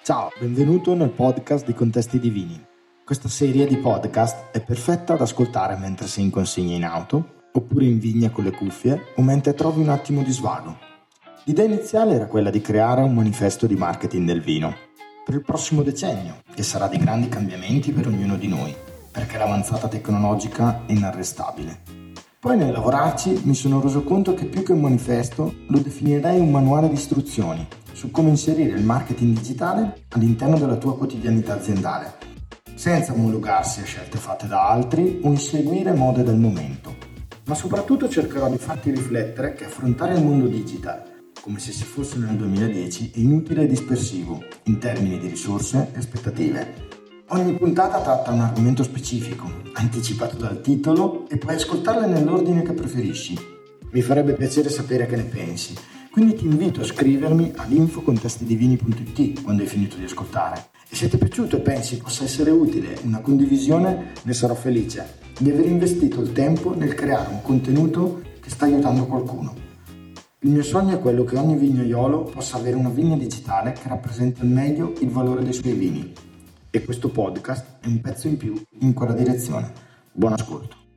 Ciao, benvenuto nel podcast di Contesti Divini. Questa serie di podcast è perfetta ad ascoltare mentre sei in consegna in auto, oppure in vigna con le cuffie o mentre trovi un attimo di svago. L'idea iniziale era quella di creare un manifesto di marketing del vino per il prossimo decennio, che sarà di grandi cambiamenti per ognuno di noi, perché l'avanzata tecnologica è inarrestabile. Poi nel lavorarci mi sono reso conto che più che un manifesto lo definirei un manuale di istruzioni su come inserire il marketing digitale all'interno della tua quotidianità aziendale, senza omologarsi a scelte fatte da altri o inseguire mode del momento. Ma soprattutto cercherò di farti riflettere che affrontare il mondo digital, come se si fosse nel 2010, è inutile e dispersivo in termini di risorse e aspettative. Ogni puntata tratta un argomento specifico, anticipato dal titolo, e puoi ascoltarle nell'ordine che preferisci. Mi farebbe piacere sapere che ne pensi, quindi ti invito a scrivermi ad info@contestidivini.it quando hai finito di ascoltare. E se ti è piaciuto e pensi possa essere utile una condivisione, ne sarò felice di aver investito il tempo nel creare un contenuto che sta aiutando qualcuno. Il mio sogno è quello che ogni vignaiolo possa avere una vigna digitale che rappresenti al meglio il valore dei suoi vini. E questo podcast è un pezzo in più in quella direzione. Buon ascolto.